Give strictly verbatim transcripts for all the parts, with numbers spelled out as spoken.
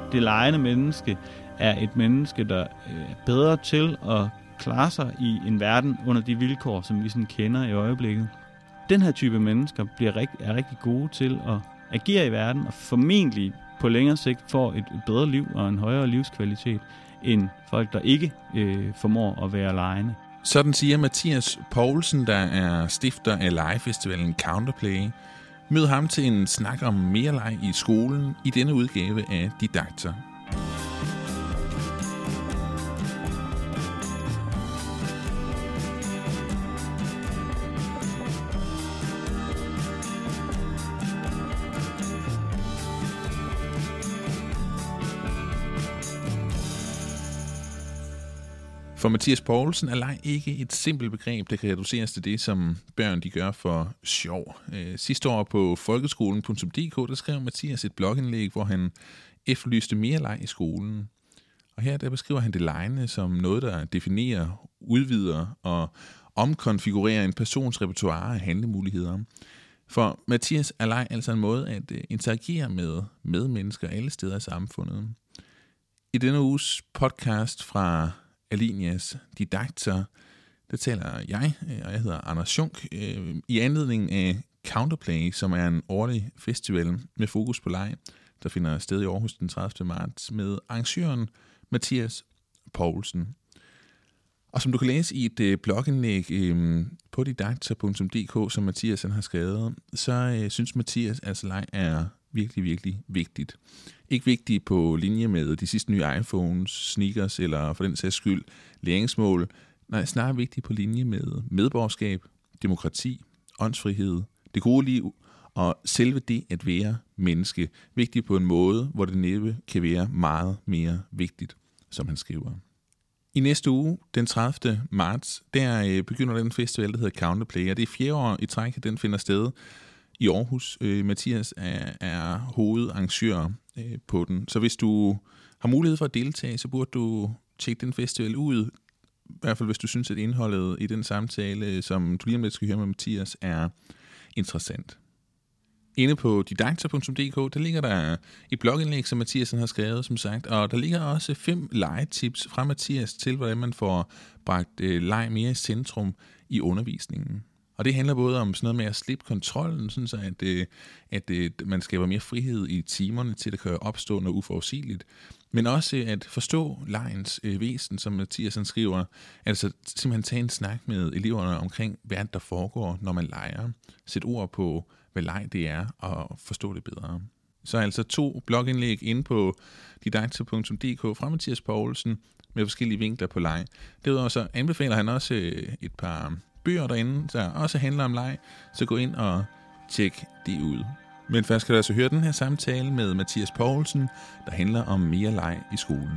det legende menneske er et menneske, der er bedre til at klare sig i en verden under de vilkår, som vi sådan kender i øjeblikket. Den her type mennesker bliver rigt, er rigtig gode til at agere i verden, og formentlig på længere sigt får et, et bedre liv og en højere livskvalitet, end folk, der ikke øh, formår at være legende. Sådan siger Mathias Poulsen, der er stifter af legefestivalen Counterplay. Mød ham til en snak om mere leg i skolen i denne udgave af Didakter. For Mathias Poulsen er leg ikke et simpelt begreb, der kan reduceres til det, som børn de gør for sjov. Sidste år på folkeskolen punktum d k, der skrev Mathias et blogindlæg, hvor han efterlyste mere leg i skolen. Og her der beskriver han det legende som noget, der definerer, udvider og omkonfigurerer en persons repertoire af handlemuligheder. For Mathias er leg altså en måde at interagere med medmennesker alle steder i samfundet. I denne uges podcast fra Alinias Didakter, der taler jeg, og jeg hedder Anders Schunk, i anledning af Counterplay, som er en årlig festival med fokus på leg, der finder sted i Aarhus den tredivte marts med arrangøren Mathias Poulsen. Og som du kan læse i et blogindlæg på didakter punktum d k, som Mathias han har skrevet, så synes Mathias, at altså, leg er virkelig, virkelig vigtigt. Ikke vigtigt på linje med de sidste nye iPhones, sneakers eller for den sags skyld læringsmål. Nej, snarere vigtigt på linje med medborgerskab, demokrati, åndsfrihed, det gode liv og selve det at være menneske. Vigtigt på en måde, hvor det næppe kan være meget mere vigtigt, som han skriver. I næste uge, den tredivte marts, der begynder den festival, der hedder Counterplay, og det er fjerde år i træk, at den finder sted i Aarhus. Øh, Mathias er, er hovedarrangør øh, på den. Så hvis du har mulighed for at deltage, så burde du tjekke den festival ud. I hvert fald hvis du synes, at indholdet i den samtale, som du lige om lidt skal høre med Mathias, er interessant. Inde på didakter punktum d k, der ligger der et blogindlæg, som Mathias har skrevet, som sagt, og der ligger også fem legetips fra Mathias til, hvordan man får bragt øh, leg mere i centrum i undervisningen. Og det handler både om sådan noget med at slippe kontrollen, sådan så at, øh, at øh, man skaber mere frihed i timerne til, at det kan opstå noget uforudsigeligt. Men også øh, at forstå legens øh, væsen, som Mathias han skriver. Altså simpelthen tage en snak med eleverne omkring, hvad der foregår, når man leger. Sæt ord på, hvad leg det er, og forstå det bedre. Så altså to blogindlæg inde på didakter punktum d k fra Mathias Poulsen med forskellige vinkler på leg. Derudover så anbefaler han også øh, et par bøger derinde, der også handler om leg, så gå ind og tjek det ud. Men først skal du altså høre den her samtale med Mathias Poulsen, der handler om mere leg i skolen.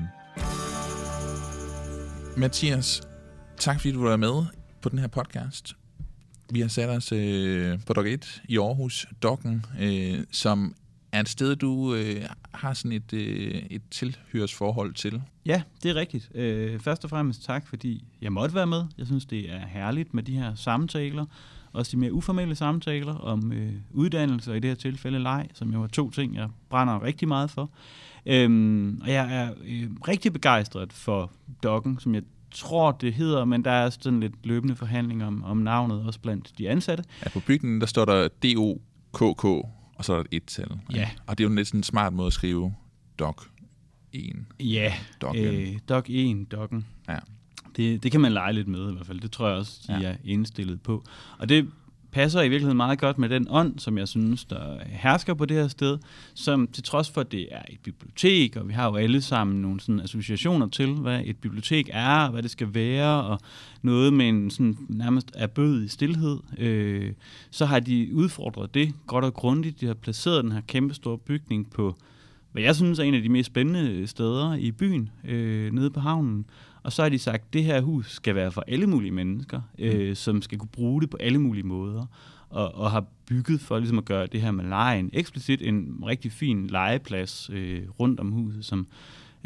Mathias, tak fordi du var med på den her podcast. Vi har sat os øh, på Dok et i Aarhus, Dokken, øh, som er et sted, du øh, har sådan et, øh, et tilhørsforhold til. Ja, det er rigtigt. Øh, først og fremmest tak, fordi jeg måtte være med. Jeg synes, det er herligt med de her samtaler, også de mere uformelle samtaler om øh, uddannelse, og i det her tilfælde leg, som jo er to ting, jeg brænder rigtig meget for. Øhm, og jeg er øh, rigtig begejstret for Dokken, som jeg tror, det hedder, men der er sådan lidt løbende forhandlinger om, om navnet, også blandt de ansatte. Ja, på bygningen, der står der D O K K, og så er der et et-tal. Ja. Og det er jo lidt sådan en smart måde at skrive Dok en. Ja, øh, Dok en, Dokken. Ja. Det, det kan man lege lidt med i hvert fald. Det tror jeg også, de ja. er indstillet på. Og det passer i virkeligheden meget godt med den ånd, som jeg synes, der hersker på det her sted, som til trods for, at det er et bibliotek, og vi har jo alle sammen nogle sådan associationer til, hvad et bibliotek er, og hvad det skal være, og noget med en sådan nærmest erbødig stilhed, øh, så har de udfordret det godt og grundigt. De har placeret den her kæmpestore bygning på, hvad jeg synes er en af de mest spændende steder i byen, øh, nede på havnen. Og så har de sagt, at det her hus skal være for alle mulige mennesker, øh, som skal kunne bruge det på alle mulige måder, og, og har bygget for ligesom at gøre det her med lejen eksplicit en rigtig fin legeplads øh, rundt om huset, som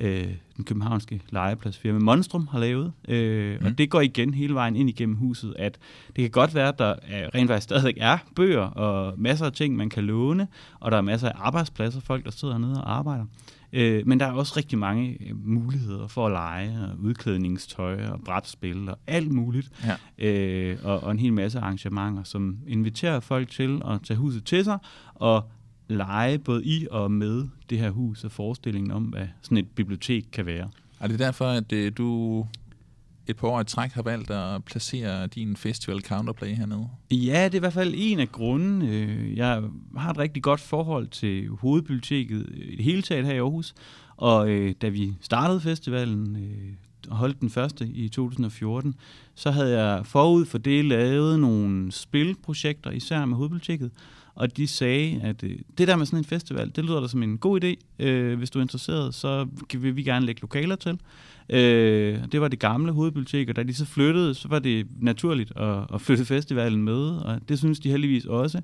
øh, den københavnske legepladsfirma Monstrum har lavet. Øh, mm. Og det går igen hele vejen ind igennem huset, at det kan godt være, at der er, rent faktisk stadig er bøger og masser af ting, man kan låne, og der er masser af arbejdspladser, folk, der sidder hernede og arbejder. Øh, men der er også rigtig mange øh, muligheder for at lege, og udklædningstøj og brætspil og alt muligt. Ja. Øh, og, og en hel masse arrangementer, som inviterer folk til at tage huset til sig og lege både i og med det her hus og forestillingen om, hvad sådan et bibliotek kan være. Er det derfor, at øh, du et par år i træk har valgt at placere din festival Counterplay hernede? Ja, det er i hvert fald en af grundene. Jeg har et rigtig godt forhold til hovedbiblioteket i det hele taget her i Aarhus, og øh, da vi startede festivalen øh, og holdt den første i to tusind og fjorten, så havde jeg forud for det lavet nogle spilprojekter, især med hovedbiblioteket, og de sagde, at øh, det der med sådan en festival, det lyder da som en god idé. Øh, hvis du er interesseret, så vil vi gerne lægge lokaler til. Øh, det var det gamle hovedbibliotek, og da de så flyttede, så var det naturligt at, at flytte festivalen med, og det synes de heldigvis også.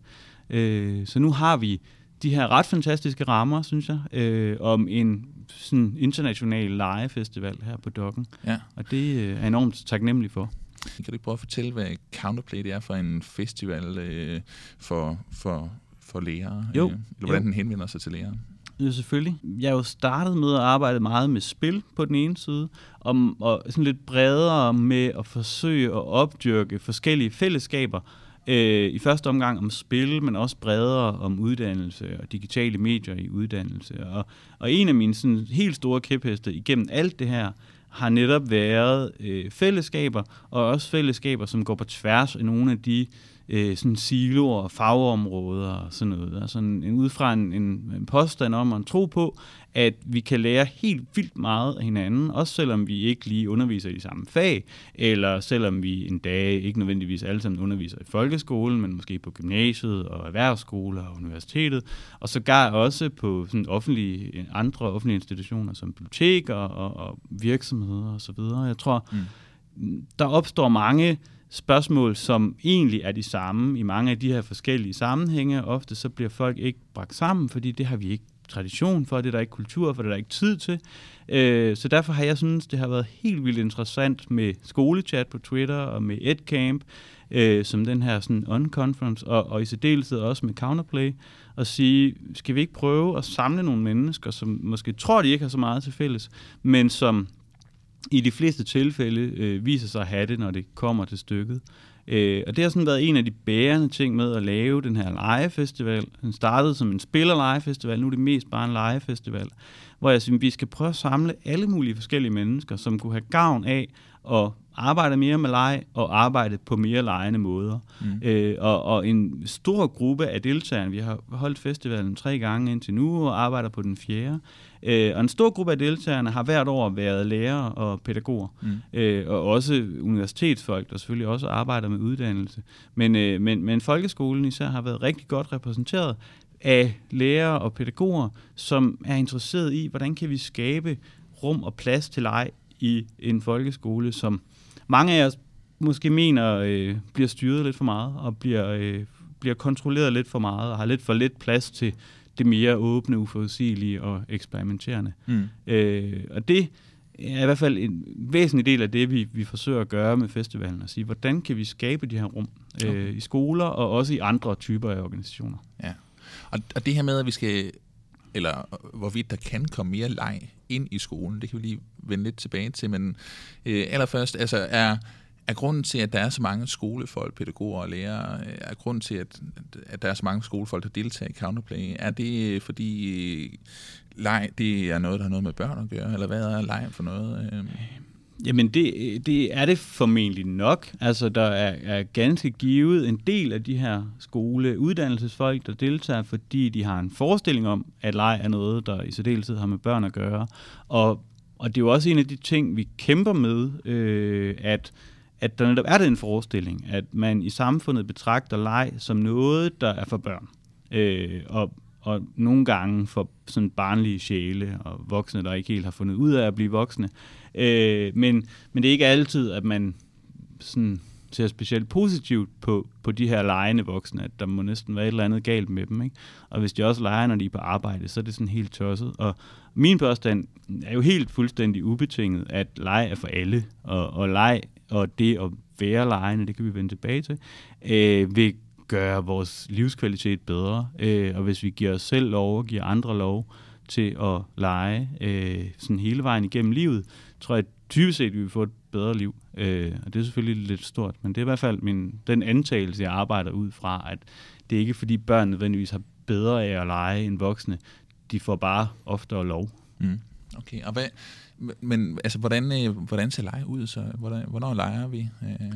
Øh, så nu har vi de her ret fantastiske rammer, synes jeg, øh, om en sådan international legefestival her på Dokken. Ja. Og det øh, er jeg enormt taknemmelig for. Kan du ikke prøve at fortælle, hvad Counterplay det er for en festival øh, for, for, for lærere? Jo. Øh, eller hvordan jo. den henvender sig til lærere? Ja, selvfølgelig. Jeg er jo startet med at arbejde meget med spil på den ene side, og, og sådan lidt bredere med at forsøge at opdyrke forskellige fællesskaber. Øh, I første omgang om spil, men også bredere om uddannelse og digitale medier i uddannelse. Og, og en af mine sådan, helt store kæpheste igennem alt det her, har netop været øh, fællesskaber, og også fællesskaber, som går på tværs af nogle af de øh, sådan siloer og fagområder og sådan noget. Altså en, en, ud fra en, en, en påstand om at tro på, at vi kan lære helt vildt meget af hinanden, også selvom vi ikke lige underviser i de samme fag, eller selvom vi en dag ikke nødvendigvis alle sammen underviser i folkeskolen, men måske på gymnasiet og erhvervsskoler og universitetet, og sågar også på sådan offentlige, andre offentlige institutioner som biblioteker og, og virksomheder og så videre. Jeg tror, mm. der opstår mange spørgsmål, som egentlig er de samme i mange af de her forskellige sammenhænge. Ofte så bliver folk ikke bragt sammen, fordi det har vi ikke tradition for, det er der ikke kultur for, det er der ikke tid til. Øh, så derfor har jeg synes, det har været helt vildt interessant med skolechat på Twitter og med EdCamp, øh, som den her sådan on-conference, og, og i særdeleshed også med Counterplay, og sige, skal vi ikke prøve at samle nogle mennesker, som måske tror, de ikke har så meget til fælles, men som i de fleste tilfælde øh, viser sig at have det, når det kommer til stykket. Øh, og det har sådan været en af de bærende ting med at lave den her legefestival. Den startede som en spiller-legefestival, nu er det mest bare en legefestival, hvor jeg synes, vi skal prøve at samle alle mulige forskellige mennesker, som kunne have gavn af at arbejde mere med leg og arbejde på mere legende måder. Mm. Øh, og, og en stor gruppe af deltagerne, vi har holdt festivalen tre gange indtil nu og arbejder på den fjerde, øh, og en stor gruppe af deltagerne har hvert år været lærere og pædagoger, mm. øh, og også universitetsfolk, der selvfølgelig også arbejder med uddannelse. Men, øh, men, men folkeskolen især har været rigtig godt repræsenteret af lærere og pædagoger, som er interesseret i, hvordan kan vi skabe rum og plads til leg i en folkeskole, som mange af os måske mener øh, bliver styret lidt for meget, og bliver, øh, bliver kontrolleret lidt for meget, og har lidt for lidt plads til det mere åbne, uforudsigelige og eksperimenterende. Mm. Øh, og det er i hvert fald en væsentlig del af det, vi, vi forsøger at gøre med festivalen, at sige, hvordan kan vi skabe de her rum øh, okay. i skoler, og også i andre typer af organisationer. Ja. Og, og det her med, at vi skal, eller hvorvidt der kan komme mere leg ind i skolen, det kan vi lige vende lidt tilbage til, men øh, allerførst, altså er, er grunden til, at der er så mange skolefolk, pædagoger og lærere, er grunden til, at, at der er så mange skolefolk, der deltager i Counterplay, er det fordi leg, det er noget, der har noget med børn at gøre, eller hvad er leg for noget? Øh? Jamen, det, det er det formentlig nok. Altså, der er, er ganske givet en del af de her skoleuddannelsesfolk, der deltager, fordi de har en forestilling om, at leg er noget, der i særdeleshed har med børn at gøre. Og, og det er jo også en af de ting, vi kæmper med, øh, at, at der netop er den forestilling, at man i samfundet betragter leg som noget, der er for børn. Øh, og og nogle gange for sådan barnlige sjæle og voksne, der ikke helt har fundet ud af at blive voksne. Øh, men, men det er ikke altid, at man sådan ser specielt positivt på, på de her legende voksne, at der må næsten være et eller andet galt med dem, ikke? Og hvis de også leger, når de er på arbejde, så er det sådan helt tosset. Og min påstand er jo helt fuldstændig ubetinget, at leg er for alle, og, og leg og det at være legende, det kan vi vende tilbage til, øh, vil gøre vores livskvalitet bedre. Øh, og hvis vi giver os selv lov og giver andre lov til at lege øh, sådan hele vejen igennem livet, tror jeg typisk set, vi vil få et bedre liv. Øh, og det er selvfølgelig lidt stort, men det er i hvert fald min, den antagelse, jeg arbejder ud fra, at det er ikke fordi børn nødvendigvis har bedre af at lege end voksne. De får bare oftere lov. Mm. Okay, og hvad, men altså, hvordan, hvordan ser lege ud? Så hvordan, hvornår leger vi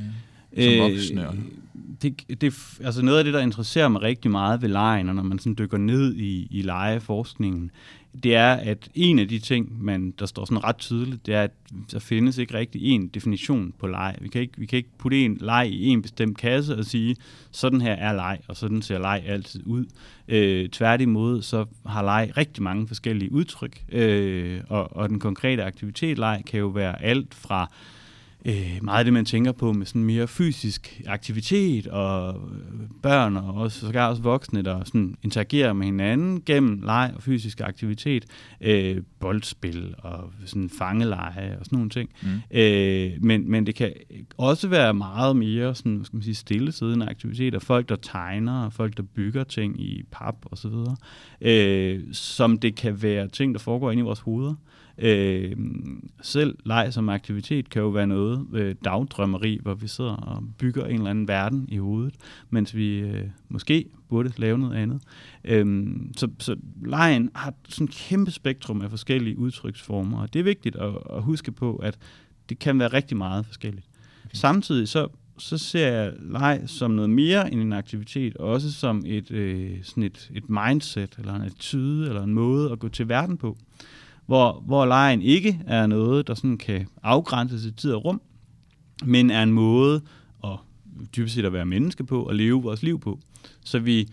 øh, som voksne? Øh, det, det, altså noget af det, der interesserer mig rigtig meget ved legen, og når man sådan dykker ned i, i legeforskningen, det er, at en af de ting, man, der står sådan ret tydeligt, det er, at der findes ikke rigtig en definition på leg. Vi kan ikke, vi kan ikke putte en leg i en bestemt kasse og sige, sådan her er leg, og sådan ser leg altid ud. Øh, tværtimod, så har leg rigtig mange forskellige udtryk, øh, og, og den konkrete aktivitet leg kan jo være alt fra Øh, meget af det, man tænker på med sådan mere fysisk aktivitet, og børn og også, sågar også voksne, der sådan interagerer med hinanden gennem leg og fysisk aktivitet, øh, boldspil og sådan fangeleje og sådan nogle ting. Mm. Øh, men, men det kan også være meget mere sådan, hvad skal man sige, stillesiddende aktiviteter, folk der tegner, folk der bygger ting i pap og så videre, øh, som det kan være ting, der foregår inde i vores hoveder. Øh, selv leg som aktivitet kan jo være noget øh, dagdrømmeri, hvor vi sidder og bygger en eller anden verden i hovedet, mens vi øh, måske burde lave noget andet. Øh, så, så legen har sådan et kæmpe spektrum af forskellige udtryksformer, og det er vigtigt at, at huske på, at det kan være rigtig meget forskelligt. Okay. Samtidig så, så ser jeg leg som noget mere end en aktivitet, også som et, øh, sådan et, et mindset, eller en attitude, eller en måde at gå til verden på. Hvor, hvor legen ikke er noget, der sådan kan afgrænses i tid og rum, men er en måde at dybest set at være menneske på, og leve vores liv på. Så vi,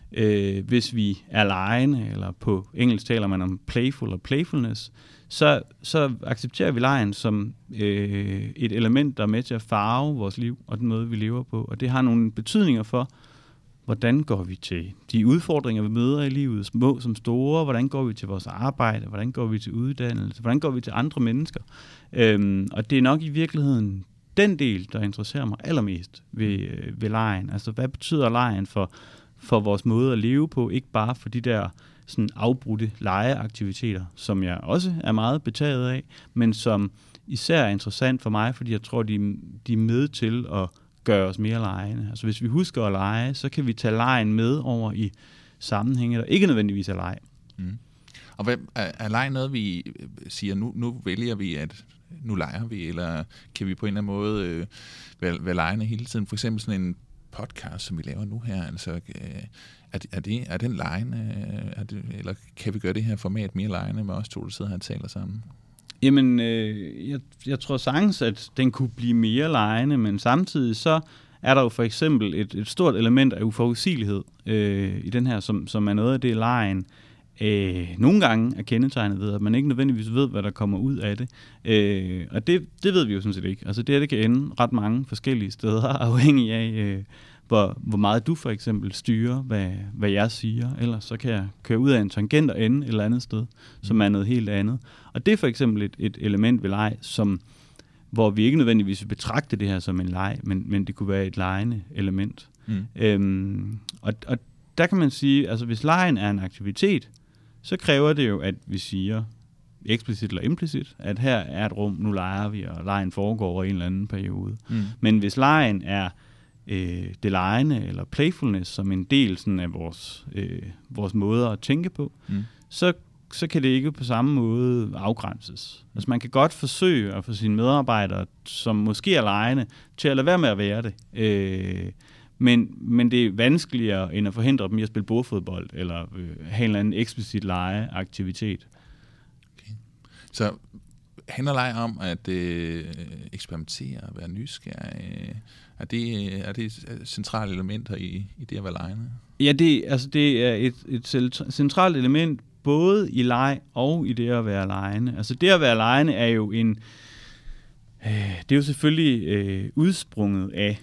øh, hvis vi er legende, eller på engelsk taler man om playful og playfulness, så, så accepterer vi legen som øh, et element, der er med til at farve vores liv, og den måde, vi lever på. Og det har nogle betydninger for, hvordan går vi til de udfordringer, vi møder i livet, små som store? Hvordan går vi til vores arbejde? Hvordan går vi til uddannelse? Hvordan går vi til andre mennesker? Øhm, og det er nok i virkeligheden den del, der interesserer mig allermest ved, øh, ved legen. Altså, hvad betyder legen for, for vores måde at leve på? Ikke bare for de der sådan afbrudte legeaktiviteter, som jeg også er meget betaget af, men som især er interessant for mig, fordi jeg tror, de, de er med til at gøre os mere legende. Altså hvis vi husker at lege, så kan vi tage legen med over i sammenhænge, der ikke nødvendigvis er leg. Mm. Og hvad, er, er leg noget, vi siger, nu, nu vælger vi, at nu leger vi, eller kan vi på en eller anden måde øh, være, være legende hele tiden? For eksempel sådan en podcast, som vi laver nu her, altså øh, er, er, det, er den legende, er det, eller kan vi gøre det her format mere legende med os to, der sidder her og taler sammen? Jamen, øh, jeg, jeg tror sagtens, at den kunne blive mere legende, men samtidig så er der jo for eksempel et, et stort element af uforudsigelighed øh, i den her, som, som er noget af det legen øh, nogle gange er kendetegnet ved, at man ikke nødvendigvis ved, hvad der kommer ud af det. Øh, og det, det ved vi jo sådan set ikke. Altså det, det kan ende ret mange forskellige steder, afhængig af, øh, hvor, hvor meget du for eksempel styrer, hvad, hvad jeg siger. Ellers så kan jeg køre ud af en tangent og ende et eller andet sted, som er noget helt andet. Og det er for eksempel et, et element ved leg, som, hvor vi ikke nødvendigvis vil betragte det her som en leg, men, men det kunne være et legende element. Mm. Øhm, og, og der kan man sige, altså hvis legen er en aktivitet, så kræver det jo, at vi siger eksplicit eller implicit, at her er et rum, nu leger vi, og legen foregår over en eller anden periode. Mm. Men hvis legen er øh, det legende eller playfulness som en del sådan af vores, øh, vores måde at tænke på, mm. så så kan det ikke på samme måde afgrænses. Altså man kan godt forsøge at få sine medarbejdere, som måske er legende, til at lade være med at være det. Øh, men, men det er vanskeligere end at forhindre dem i at spille bordfodbold, eller øh, have en eller anden eksplicit legeaktivitet. Okay. Så handler leg om at øh, eksperimentere og være nysgerrig? Er det, er det centrale elementer i, i det at være legende? Ja, det, altså det er et, et centralt element, både i leg og i det at være legende. Altså det at være legende er jo en, øh, det er jo selvfølgelig øh, udsprunget af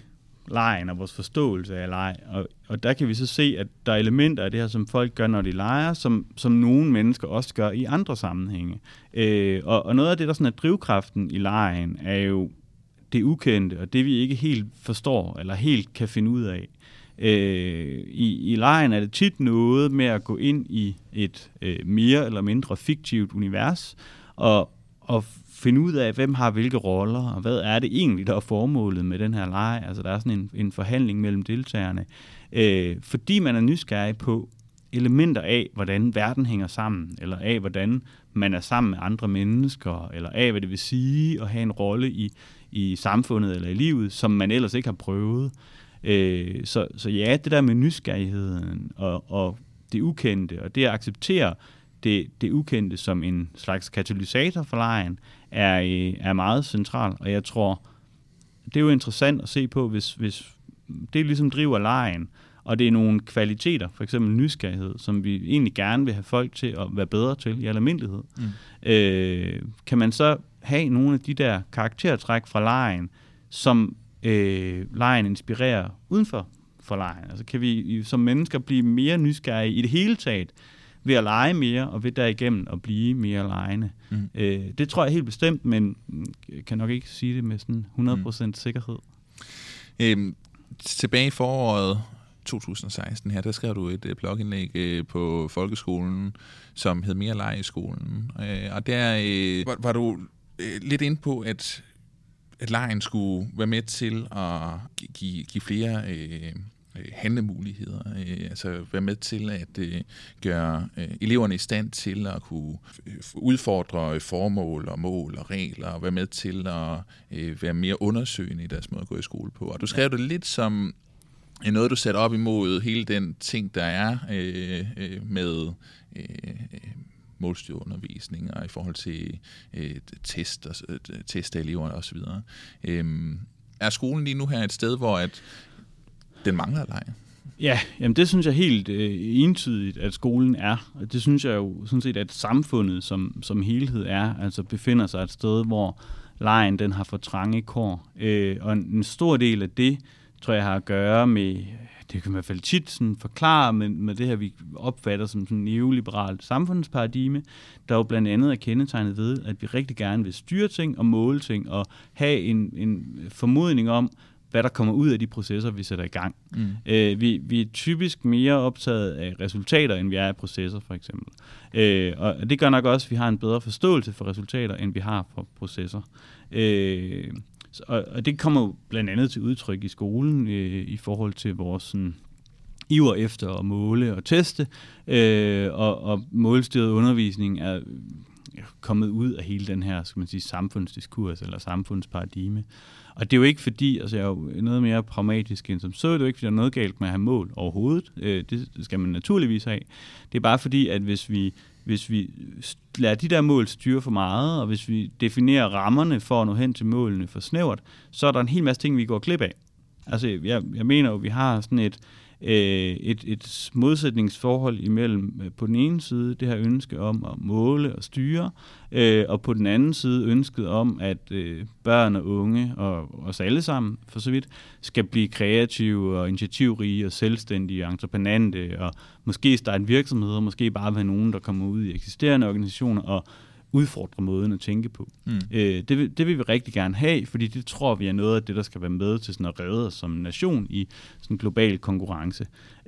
legen og vores forståelse af leg. Og, og der kan vi så se, at der er elementer af det her, som folk gør, når de leger, som, som nogle mennesker også gør i andre sammenhænge. Øh, og, og noget af det, der sådan er drivkraften i legen, er jo det ukendte, og det vi ikke helt forstår, eller helt kan finde ud af. Øh, i, I legen er det tit noget med at gå ind i et øh, mere eller mindre fiktivt univers, og, og finde ud af, hvem har hvilke roller, og hvad er det egentlig, der er formålet med den her leg. Altså der er sådan en, en forhandling mellem deltagerne. Øh, fordi man er nysgerrig på elementer af, hvordan verden hænger sammen, eller af, hvordan man er sammen med andre mennesker, eller af, hvad det vil sige at have en rolle i, i samfundet eller i livet, som man ellers ikke har prøvet. Øh, så, så ja, det der med nysgerrigheden og, og det ukendte, og det at acceptere det, det ukendte som en slags katalysator for legen, er, er meget central. Og jeg tror, det er jo interessant at se på, hvis, hvis det ligesom driver legen, og det er nogle kvaliteter, for eksempel nysgerrighed, som vi egentlig gerne vil have folk til at være bedre til i almindelighed. Mm. Øh, kan man så have nogle af de der karaktertræk fra legen, som øh, legen inspirerer uden for, for legen? Altså kan vi som mennesker blive mere nysgerrige i det hele taget, ved at lege mere, og ved derigennem at blive mere legende. Mm. Øh, det tror jeg helt bestemt, men jeg kan nok ikke sige det med sådan hundrede procent mm. sikkerhed. Øhm, tilbage i foråret to tusind og seksten her, der skrev du et øh, blogindlæg øh, på folkeskolen, som hed Mere leg i skolen. Øh, og der øh, var, var du øh, lidt inde på, at, at legen skulle være med til at give, give flere øh, handlemuligheder, øh, altså være med til at øh, gøre øh, eleverne i stand til at kunne udfordre formål og mål og regler, og være med til at øh, være mere undersøgende i deres måde at gå i skole på. Og du skrev det lidt som noget, du satte op imod hele den ting, der er øh, øh, med øh, målstyrundervisning og i forhold til øh, test, og, øh, test af elever og så videre. Øh, er skolen lige nu her et sted, hvor at den mangler leg? Ja, jamen det synes jeg helt øh, entydigt, at skolen er. Og det synes jeg jo sådan set, at samfundet som, som helhed er, altså befinder sig et sted, hvor legen den har for trange kår. Øh, og en, en stor del af det, tror jeg, har at gøre med, det kan man i hvert fald tit sådan forklare, med, med det her, vi opfatter som sådan en neoliberalt samfundsparadigme, der jo blandt andet er kendetegnet ved, at vi rigtig gerne vil styre ting og måle ting, og have en, en formodning om, hvad der kommer ud af de processer, vi sætter i gang. Mm. Øh, vi, vi er typisk mere optaget af resultater, end vi er af processer, for eksempel. Øh, og det gør nok også, at vi har en bedre forståelse for resultater, end vi har for processer. Øh, og, og det kommer jo blandt andet til udtryk i skolen, øh, i forhold til vores sådan, iver efter at måle og teste, øh, og, og målstyret undervisning er kommet ud af hele den her, skal man sige, samfundsdiskurs eller samfundsparadigme. Og det er jo ikke fordi, altså jeg er jo noget mere pragmatisk end som så, det er jo ikke fordi, der er noget galt med at have mål overhovedet. Øh, det skal man naturligvis have. Det er bare fordi, at hvis vi, hvis vi lader de der mål styre for meget, og hvis vi definerer rammerne for at nå hen til målene for snævert, så er der en hel masse ting, vi går glip af. Altså jeg, jeg mener jo, at vi har sådan et Et, et modsætningsforhold imellem på den ene side det her ønske om at måle og styre, øh, og på den anden side ønsket om, at øh, børn og unge, og os alle sammen for så vidt, skal blive kreative og initiativrige og selvstændige og entreprenante, og måske starte virksomheder, måske bare være nogen, der kommer ud i eksisterende organisationer og udfordre måden at tænke på. Mm. Øh, det, vil, det vil vi rigtig gerne have, fordi det tror vi er noget af det, der skal være med til sådan at redde os som nation i sådan en global konkurrence.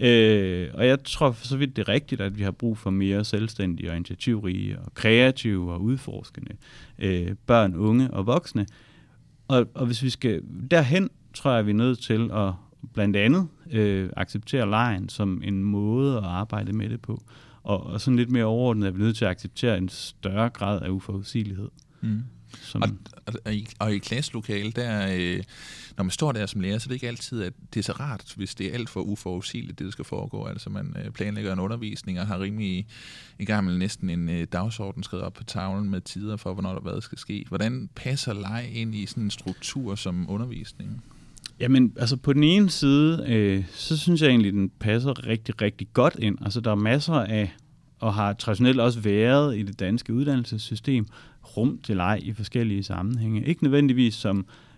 Øh, og jeg tror for så vidt det er rigtigt, at vi har brug for mere selvstændige og initiativrige og kreative og udforskende øh, børn, unge og voksne. Og, og hvis vi skal derhen, tror jeg, at vi er nødt til at blandt andet øh, acceptere legen som en måde at arbejde med det på. Og, og sådan lidt mere overordnet er vi nødt til at acceptere en større grad af uforudsigelighed. Mm. Som... Og, og, og, i, og i klasselokale, der, øh, når man står der som lærer, så er det ikke altid, at det er så rart, hvis det er alt for uforudsigeligt, det der skal foregå. Altså man øh, planlægger en undervisning og har rimelig i gang med næsten en øh, dagsorden skrevet op på tavlen med tider for, hvornår der hvad skal ske. Hvordan passer leg ind i sådan en struktur som undervisning? Jamen, altså på den ene side, øh, så synes jeg egentlig, den passer rigtig, rigtig godt ind. Altså der er masser af, og har traditionelt også været i det danske uddannelsessystem, rum til leg i forskellige sammenhænge. Ikke nødvendigvis som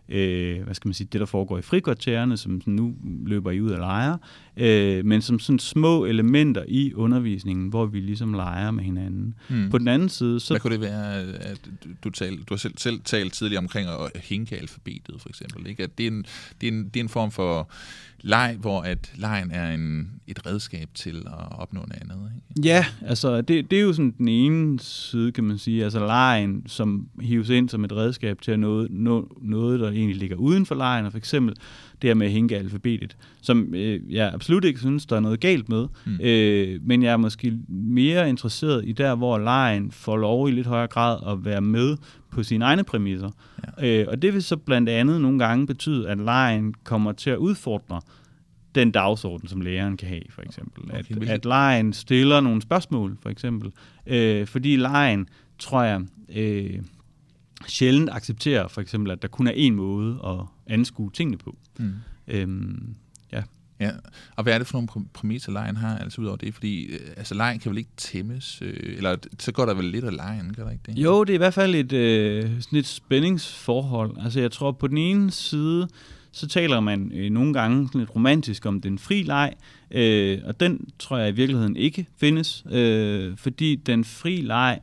øh, hvad skal man sige, det der foregår i frikvartererne, som nu løber I ud og leger, øh, men som sådan små elementer i undervisningen, hvor vi ligesom leger med hinanden. Mm. På den anden side... Så hvad kunne det være, at du, tal, du har selv, selv talt tidligere omkring at hinke alfabetet, for eksempel, ikke? At det er en, det er en, det er en form for leg, hvor at legen er en, et redskab til at opnå noget andet, ikke? Ja, altså det, det er jo sådan den ene side, kan man sige, altså legen, som hives ind som et redskab til at noget, noget der egentlig ligger uden for legen, og for eksempel det her med at hinke alfabetet, som øh, jeg absolut ikke synes, der er noget galt med, mm. øh, men jeg er måske mere interesseret i der, hvor legen får lov i lidt højere grad at være med på sine egne præmisser. Ja. Øh, og det vil så blandt andet nogle gange betyde, at legen kommer til at udfordre den dagsorden, som læreren kan have, for eksempel. Okay, at, at legen stiller nogle spørgsmål, for eksempel. Øh, fordi legen, tror jeg, øh, sjældent accepterer, for eksempel, at der kun er én måde at anskue tingene på. Mm. Øhm, ja. Ja, og hvad er det for nogle præmisser, legen har, altså ud over det? Fordi altså, legen kan vel ikke tæmmes, øh, eller så går der vel lidt af legen, gør der ikke det? Jo, det er i hvert fald et, øh, sådan et spændingsforhold. Altså jeg tror, på den ene side, så taler man øh, nogle gange lidt romantisk om den fri leg, øh, og den tror jeg i virkeligheden ikke findes, øh, fordi den fri leg,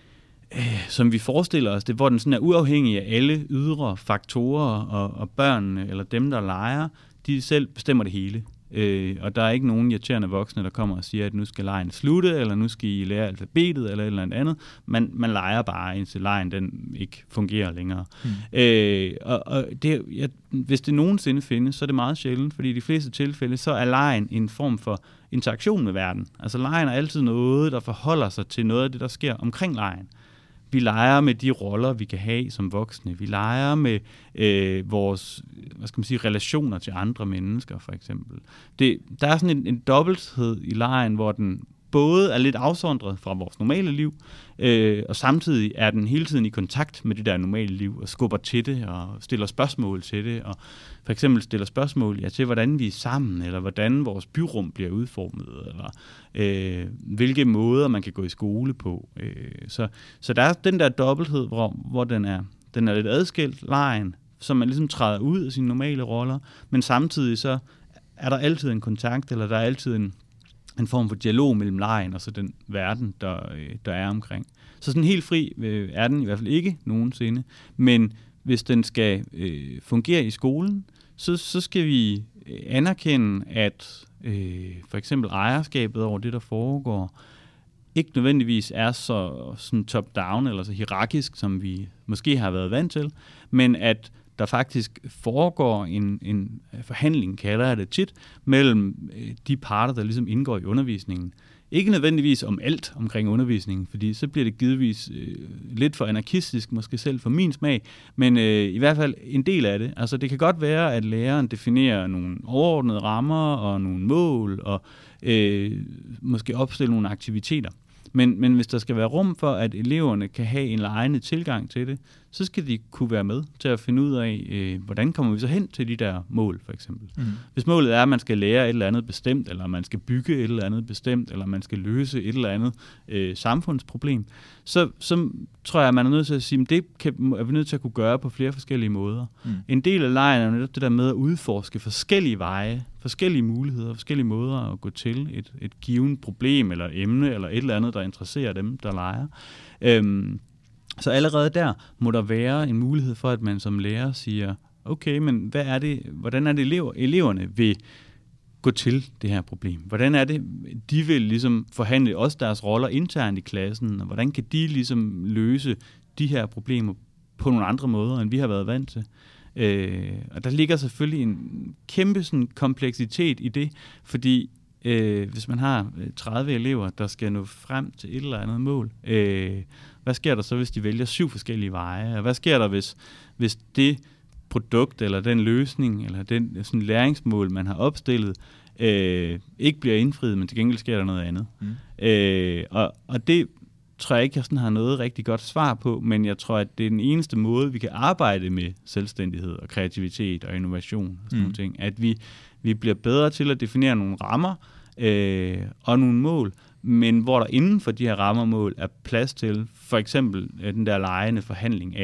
øh, som vi forestiller os det, hvor den sådan er uafhængig af alle ydre faktorer, og, og børnene eller dem, der leger, de selv bestemmer det hele. Øh, og der er ikke nogen irriterende voksne, der kommer og siger, at nu skal legen slutte, eller nu skal I lære alfabetet, eller et eller andet. Man, man leger bare, indtil legen den ikke fungerer længere. Mm. Øh, og og det, ja, hvis det nogensinde findes, så er det meget sjældent, fordi i de fleste tilfælde, så er legen en form for interaktion med verden. Altså legen er altid noget, der forholder sig til noget af det, der sker omkring legen. Vi leger med de roller, vi kan have som voksne. Vi leger med øh, vores, hvad skal man sige, relationer til andre mennesker, for eksempel. Det, der er sådan en, en dobbelthed i legen, hvor den både er lidt afsondret fra vores normale liv, øh, og samtidig er den hele tiden i kontakt med det der normale liv, og skubber til det, og stiller spørgsmål til det, og for eksempel stiller spørgsmål ja, til, hvordan vi er sammen, eller hvordan vores byrum bliver udformet, eller øh, hvilke måder man kan gå i skole på. Øh, så, så der er den der dobbelthed, hvor, hvor den, er, den er lidt adskilt, legen, så man ligesom træder ud af sine normale roller, men samtidig så er der altid en kontakt, eller der er altid en en form for dialog mellem legen og så den verden, der, der er omkring. Så sådan helt fri øh, er den i hvert fald ikke nogensinde, men hvis den skal øh, fungere i skolen, så, så skal vi anerkende, at øh, for eksempel ejerskabet over det, der foregår, ikke nødvendigvis er så sådan top-down eller så hierarkisk, som vi måske har været vant til, men at der faktisk foregår en, en forhandling, kalder jeg det tit, mellem de parter, der ligesom indgår i undervisningen. Ikke nødvendigvis om alt omkring undervisningen, fordi så bliver det givetvis øh, lidt for anarkistisk, måske selv for min smag, men øh, i hvert fald en del af det. Altså det kan godt være, at læreren definerer nogle overordnede rammer og nogle mål, og øh, måske opstille nogle aktiviteter. Men, men hvis der skal være rum for, at eleverne kan have en legende tilgang til det, så skal de kunne være med til at finde ud af, øh, hvordan kommer vi så hen til de der mål, for eksempel. Mm. Hvis målet er, at man skal lære et eller andet bestemt, eller man skal bygge et eller andet bestemt, eller man skal løse et eller andet øh, samfundsproblem, så, så tror jeg, at man er nødt til at sige, at det kan, er vi nødt til at kunne gøre på flere forskellige måder. Mm. En del af legen er netop det der med at udforske forskellige veje, forskellige muligheder, forskellige måder at gå til et, et givet problem, eller emne, eller et eller andet, der interesserer dem, der leger. Øhm, Så allerede der må der være en mulighed for, at man som lærer siger, okay, men hvad er det, hvordan er det elever, eleverne vil gå til det her problem? Hvordan er det, de vil ligesom forhandle også deres roller internt i klassen, og hvordan kan de ligesom løse de her problemer på nogle andre måder, end vi har været vant til? Øh, og der ligger selvfølgelig en kæmpe sådan, kompleksitet i det, fordi øh, hvis man har tredive elever, der skal nå frem til et eller andet mål, øh, hvad sker der så, hvis de vælger syv forskellige veje? Og hvad sker der, hvis, hvis det produkt, eller den løsning, eller den sådan læringsmål, man har opstillet, øh, ikke bliver indfriet, men til gengæld sker der noget andet? Mm. Øh, og, og det tror jeg ikke, jeg sådan har noget rigtig godt svar på, men jeg tror, at det er den eneste måde, vi kan arbejde med selvstændighed og kreativitet og innovation og sådan mm. nogle ting. At vi, vi bliver bedre til at definere nogle rammer øh, og nogle mål, men hvor der inden for de her rammermål er plads til for eksempel den der legende forhandling af,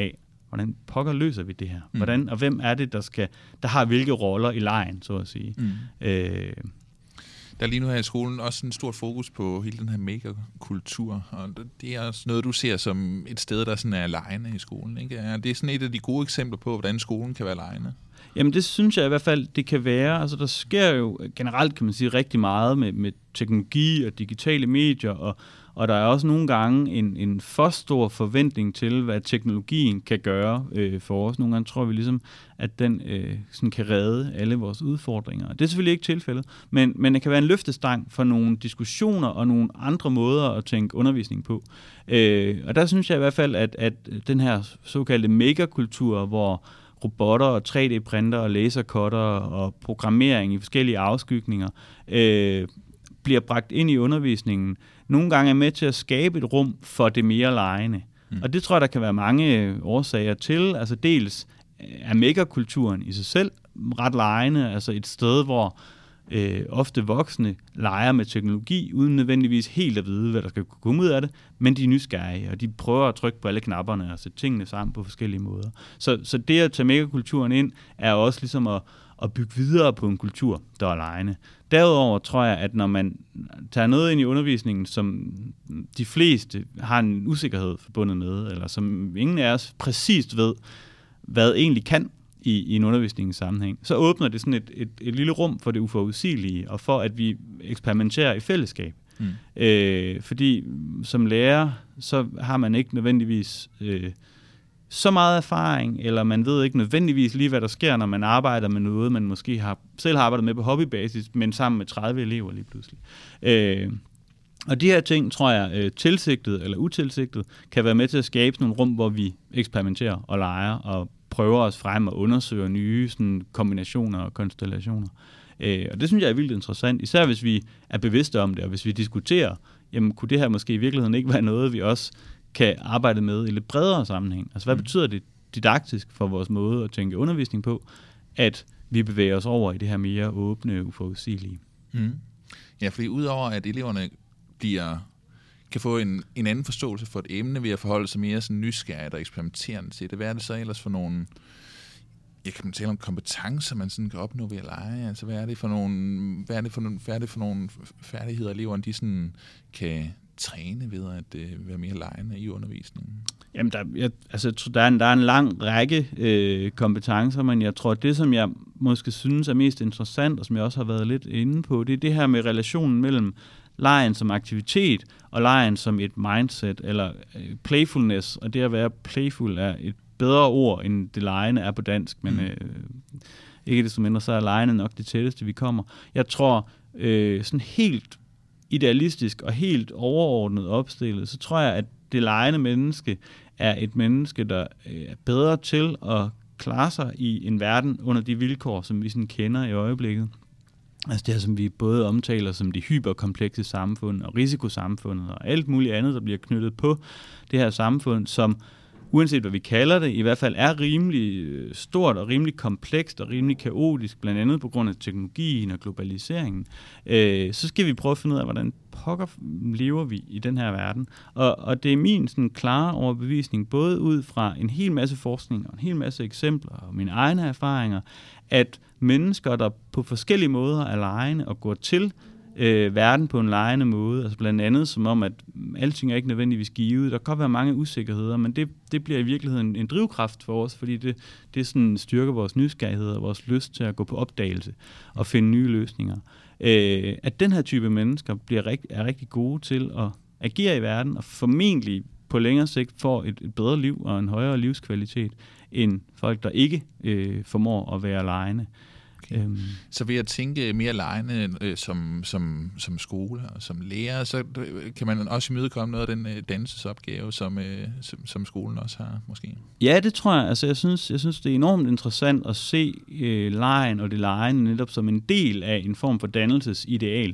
hvordan pokker løser vi det her? Hvordan, og hvem er det, der skal, der har hvilke roller i lejen, så at sige? Mm. Øh, Der er lige nu her i skolen også en stort fokus på hele den her makerkultur, og det er også noget, du ser som et sted, der sådan er legende i skolen, ikke? Er det sådan et af de gode eksempler på, hvordan skolen kan være legende? Jamen det synes jeg i hvert fald, det kan være. Altså der sker jo generelt, kan man sige, rigtig meget med, med teknologi og digitale medier, og, og der er også nogle gange en, en for stor forventning til, hvad teknologien kan gøre øh, for os. Nogle gange tror vi ligesom, at den øh, sådan kan redde alle vores udfordringer. Det er selvfølgelig ikke tilfældet, men, men det kan være en løftestang for nogle diskussioner og nogle andre måder at tænke undervisning på. Øh, og der synes jeg i hvert fald, at, at den her såkaldte makerkultur, hvor robotter og tre D-printer og lasercutter og programmering i forskellige afskygninger øh, bliver bragt ind i undervisningen, nogle gange er med til at skabe et rum for det mere legende. Mm. Og det tror jeg, der kan være mange årsager til. Altså dels er makerkulturen i sig selv ret legende, altså et sted, hvor øh, ofte voksne leger med teknologi, uden nødvendigvis helt at vide, hvad der skal komme ud af det, men de er nysgerrige, og de prøver at trykke på alle knapperne og sætte tingene sammen på forskellige måder. Så, så det at tage makerkulturen ind, er også ligesom at, at bygge videre på en kultur, der er legende. Derudover tror jeg, at når man tager noget ind i undervisningen, som de fleste har en usikkerhed forbundet med, eller som ingen af os præcist ved, hvad egentlig kan i, i en undervisningssammenhæng, så åbner det sådan et, et, et lille rum for det uforudsigelige, og for at vi eksperimenterer i fællesskab. Mm. Øh, fordi som lærer, så har man ikke nødvendigvis øh, så meget erfaring, eller man ved ikke nødvendigvis lige, hvad der sker, når man arbejder med noget, man måske har, selv har arbejdet med på hobbybasis, men sammen med tredive elever lige pludselig. Øh, og de her ting, tror jeg, tilsigtet eller utilsigtet, kan være med til at skabe nogle rum, hvor vi eksperimenterer og leger, og prøver os frem og undersøger nye sådan, kombinationer og konstellationer. Øh, og det synes jeg er vildt interessant, især hvis vi er bevidste om det, og hvis vi diskuterer, jamen kunne det her måske i virkeligheden ikke være noget, vi også kan arbejde med i lidt bredere sammenhæng. Altså hvad mm. betyder det didaktisk for vores måde at tænke undervisning på, at vi bevæger os over i det her mere åbne, uforudsigelige. Mm. Ja, fordi udover at eleverne bliver, kan få en, en anden forståelse for et emne ved at forholde sig mere sådan nysgerrigt og eksperimenterende til det, hvad er det så ellers for nogle, jeg kan tale om kompetencer, man sådan kan opnå ved at lege, altså hvad er det for nogle, hvad er det for nogle, hvad er det for nogle færdigheder, eleverne de sådan kan træne ved at øh, være mere legende i undervisningen? Jamen, der, jeg, altså, der, er en, der er en lang række øh, kompetencer, men jeg tror, det, som jeg måske synes er mest interessant, og som jeg også har været lidt inde på, det er det her med relationen mellem legen som aktivitet, og legen som et mindset, eller øh, playfulness, og det at være playful er et bedre ord, end det legende er på dansk, men øh, ikke desto mindre, så er legende nok det tætteste, vi kommer. Jeg tror, øh, sådan helt idealistisk og helt overordnet opstillet, så tror jeg, at det legende menneske er et menneske, der er bedre til at klare sig i en verden under de vilkår, som vi sådan kender i øjeblikket. Altså det her, som vi både omtaler som de hyperkomplekse samfund og risikosamfundet og alt muligt andet, der bliver knyttet på det her samfund, som uanset hvad vi kalder det, i hvert fald er rimelig stort og rimelig komplekst og rimelig kaotisk, blandt andet på grund af teknologien og globaliseringen, øh, så skal vi prøve at finde ud af, hvordan pokker lever vi i den her verden. Og, og det er min sådan klare overbevisning, både ud fra en hel masse forskning og en hel masse eksempler og mine egne erfaringer, at mennesker, der på forskellige måder er legende og går til øh, verden på en legende måde, altså blandt andet som om, at alting er ikke nødvendigvis givet. Der kan godt være mange usikkerheder, men det, det bliver i virkeligheden en drivkraft for os, fordi det, det sådan styrker vores nysgerrighed og vores lyst til at gå på opdagelse og finde nye løsninger. Øh, at den her type mennesker bliver rigt, er rigtig gode til at agere i verden, og formentlig på længere sigt får et, et bedre liv og en højere livskvalitet, end folk, der ikke øh, formår at være legende. Okay. Øhm. Så ved at tænke mere legende øh, som, som, som skole og som lærer, så kan man også imødekomme noget af den øh, dannelsesopgave, som, øh, som, som skolen også har, måske? Ja, det tror jeg. Altså, jeg synes, jeg synes det er enormt interessant at se øh, legen og det legende netop som en del af en form for dannelsesideal.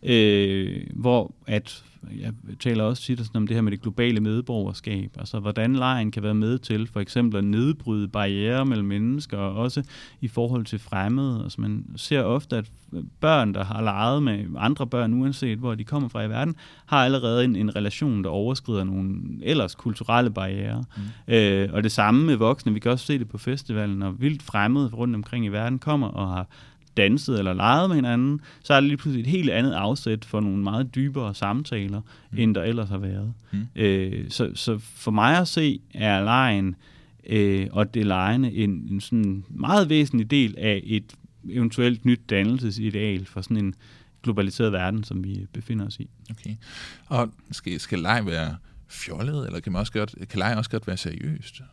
øh, hvor at, jeg taler også tit om det her med det globale medborgerskab, altså hvordan legen kan være med til for eksempel at nedbryde barrierer mellem mennesker, og også i forhold til fremmede. Altså man ser ofte, at børn, der har leget med andre børn, uanset hvor de kommer fra i verden, har allerede en, en relation, der overskrider nogle ellers kulturelle barrierer. Mm. Øh, og det samme med voksne. Vi kan også se det på festivalen, når vildt fremmede rundt omkring i verden kommer og har danset eller leget med hinanden, så er det lige pludselig et helt andet afsæt for nogle meget dybere samtaler, mm. end der ellers har været. Mm. Øh, så, så for mig at se, er legen øh, og det legende en, en sådan meget væsentlig del af et eventuelt nyt dannelsesideal for sådan en globaliseret verden, som vi befinder os i. Okay. Og skal, skal leg være fjollet, eller kan, man også godt, kan leg også godt være seriøst?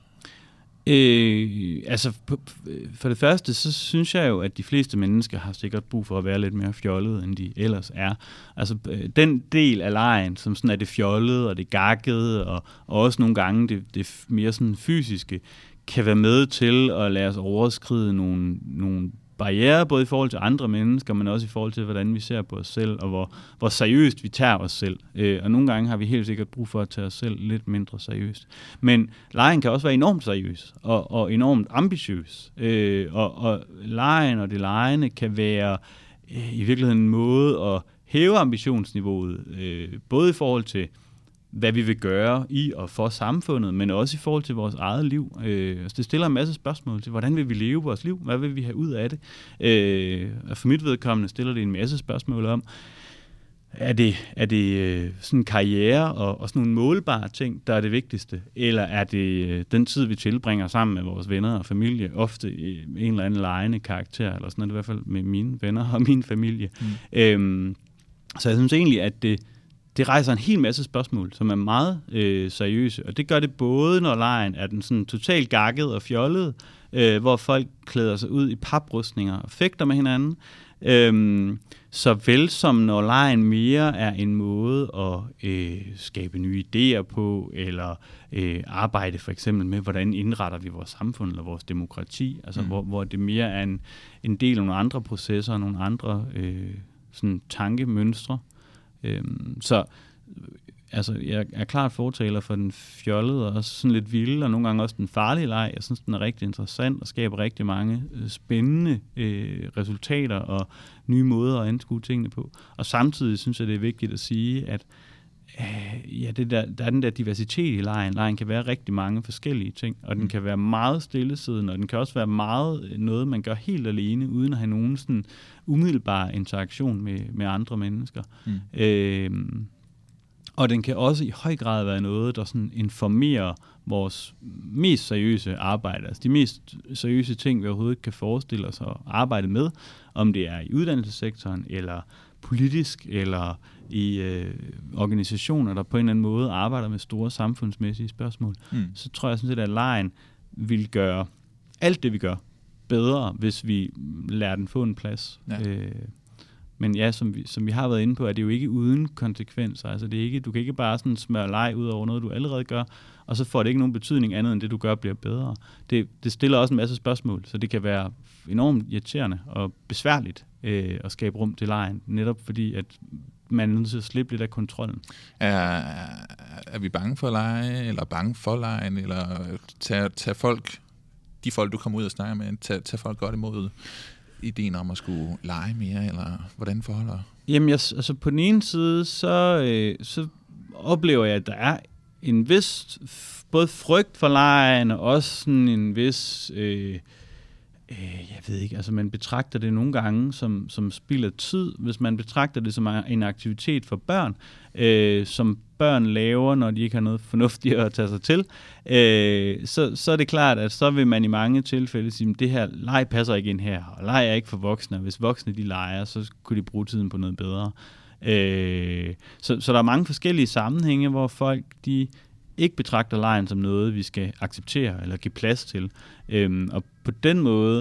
Øh, altså, for det første, så synes jeg jo, at de fleste mennesker har sikkert brug for at være lidt mere fjollede, end de ellers er. Altså, den del af legen, som sådan er det fjollede og det gakkede, og, og også nogle gange det, det mere sådan fysiske, kan være med til at lade os overskride nogle, nogle barrierer, både i forhold til andre mennesker, men også i forhold til, hvordan vi ser på os selv, og hvor, hvor seriøst vi tager os selv. Øh, og nogle gange har vi helt sikkert brug for at tage os selv lidt mindre seriøst. Men legen kan også være enormt seriøs, og, og enormt ambitiøs. Øh, og, og legen og det legende kan være øh, i virkeligheden en måde at hæve ambitionsniveauet, øh, både i forhold til hvad vi vil gøre i og for samfundet, men også i forhold til vores eget liv. Øh, altså det stiller en masse spørgsmål til, hvordan vil vi leve vores liv? Hvad vil vi have ud af det? Øh, og for mit vedkommende stiller det en masse spørgsmål om, er det, er det øh, sådan en karriere og, og sådan nogle målbare ting, der er det vigtigste? Eller er det øh, den tid, vi tilbringer sammen med vores venner og familie, ofte i en eller anden legende karakter, eller sådan noget, i hvert fald med mine venner og min familie. Mm. Øh, så jeg synes egentlig, at det Det rejser en hel masse spørgsmål, som er meget øh, seriøse, og det gør det både, når legen er den sådan totalt gakket og fjollet, øh, hvor folk klæder sig ud i paprustninger og fægter med hinanden, øh, så vel som når legen mere er en måde at øh, skabe nye idéer på, eller øh, arbejde for eksempel med, hvordan indretter vi vores samfund eller vores demokrati, altså mm. hvor, hvor det mere er en, en del af nogle andre processer og nogle andre øh, sådan tankemønstre. Øhm, så altså, jeg er klart fortaler for den fjollede og også sådan lidt vilde, og nogle gange også den farlige leg. Jeg synes, den er rigtig interessant og skaber rigtig mange øh, spændende øh, resultater og nye måder at anskue tingene på. Og samtidig synes jeg, det er vigtigt at sige, at øh, ja, det der, der er den der diversitet i legen. Legen kan være rigtig mange forskellige ting, og den kan være meget stillesiddende, og den kan også være meget noget, man gør helt alene, uden at have nogen sådan umiddelbar interaktion med, med andre mennesker. Mm. Øh, og den kan også i høj grad være noget, der sådan informerer vores mest seriøse arbejde, altså de mest seriøse ting, vi overhovedet kan forestille os at arbejde med, om det er i uddannelsessektoren, eller politisk, eller i øh, organisationer, der på en eller anden måde arbejder med store samfundsmæssige spørgsmål. Mm. Så tror jeg sådan set, at legen vil gøre alt det, vi gør, bedre, hvis vi lader den få en plads. Ja. Øh, men ja, som vi, som vi har været inde på, er det jo ikke uden konsekvenser. Altså det er ikke, du kan ikke bare sådan smøre leg ud over noget, du allerede gør, og så får det ikke nogen betydning andet, end det, du gør, bliver bedre. Det, det stiller også en masse spørgsmål, så det kan være enormt irriterende og besværligt øh, at skabe rum til legen, netop fordi, at man er nødt til at slippe lidt af kontrollen. Er, er vi bange for at lege, eller bange for legen, eller tage, tage folk, de folk, du kommer ud og snakker med, tage, tage folk godt imod ideen om at skulle lege mere, eller hvordan forholder? Jamen, jeg, altså på den ene side, så, øh, så oplever jeg, at der er en vis, både frygt for legen, og også sådan en vis, øh, øh, jeg ved ikke, altså man betragter det nogle gange som, som spild af tid, hvis man betragter det som en aktivitet for børn, øh, som børn laver, når de ikke har noget fornuftigt at tage sig til, øh, så, så er det klart, at så vil man i mange tilfælde sige, at det her leg passer ikke ind her, og leg er ikke for voksne, og hvis voksne de leger, så kunne de bruge tiden på noget bedre. Øh, så, så der er mange forskellige sammenhænge, hvor folk de ikke betragter legen som noget, vi skal acceptere eller give plads til. Øh, og på den måde,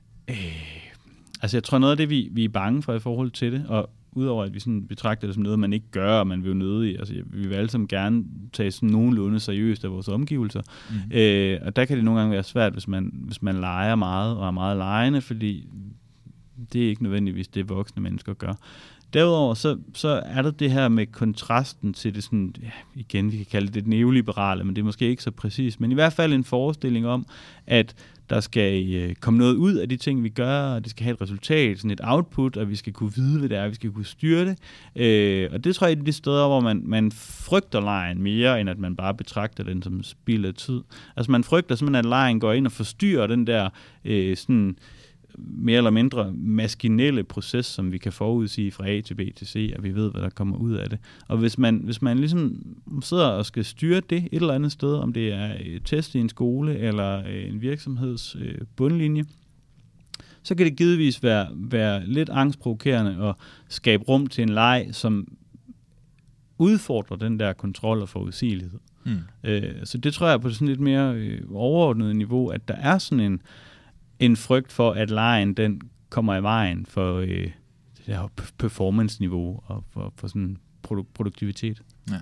øh, altså jeg tror noget af det, vi, vi er bange for i forhold til det, og udover at vi sådan betragter det som noget, man ikke gør, og man vil jo nødig, altså vi vil alle sammen gerne tage sådan nogenlunde seriøst af vores omgivelser. Mm. Øh, og der kan det nogle gange være svært, hvis man, hvis man leger meget og er meget legende, fordi det er ikke nødvendigvis det, voksne mennesker gør. Derudover så, så er der det her med kontrasten til det sådan, ja, igen, vi kan kalde det det neoliberale, men det er måske ikke så præcis, men i hvert fald en forestilling om, at der skal øh, komme noget ud af de ting, vi gør, og det skal have et resultat, sådan et output, og vi skal kunne vide, hvad det er, vi skal kunne styre det. Øh, og det tror jeg er de steder, hvor man, man frygter legen mere, end at man bare betragter den som spild af tid. Altså man frygter simpelthen, at legen går ind og forstyrrer den der øh, sådan mere eller mindre maskinelle proces, som vi kan forudsige fra A til B til C, og vi ved, hvad der kommer ud af det. Og hvis man, hvis man ligesom sidder og skal styre det et eller andet sted, om det er et test i en skole eller en virksomheds bundlinje, så kan det givetvis være, være lidt angstprovokerende at skabe rum til en leg, som udfordrer den der kontrol og forudsigelighed. Mm. Øh, så det tror jeg på sådan lidt mere øh, overordnet niveau, at der er sådan en en frygt for, at legen den kommer i vejen for øh, det der performance-niveau og for, for sådan produ- produktivitet. Ja.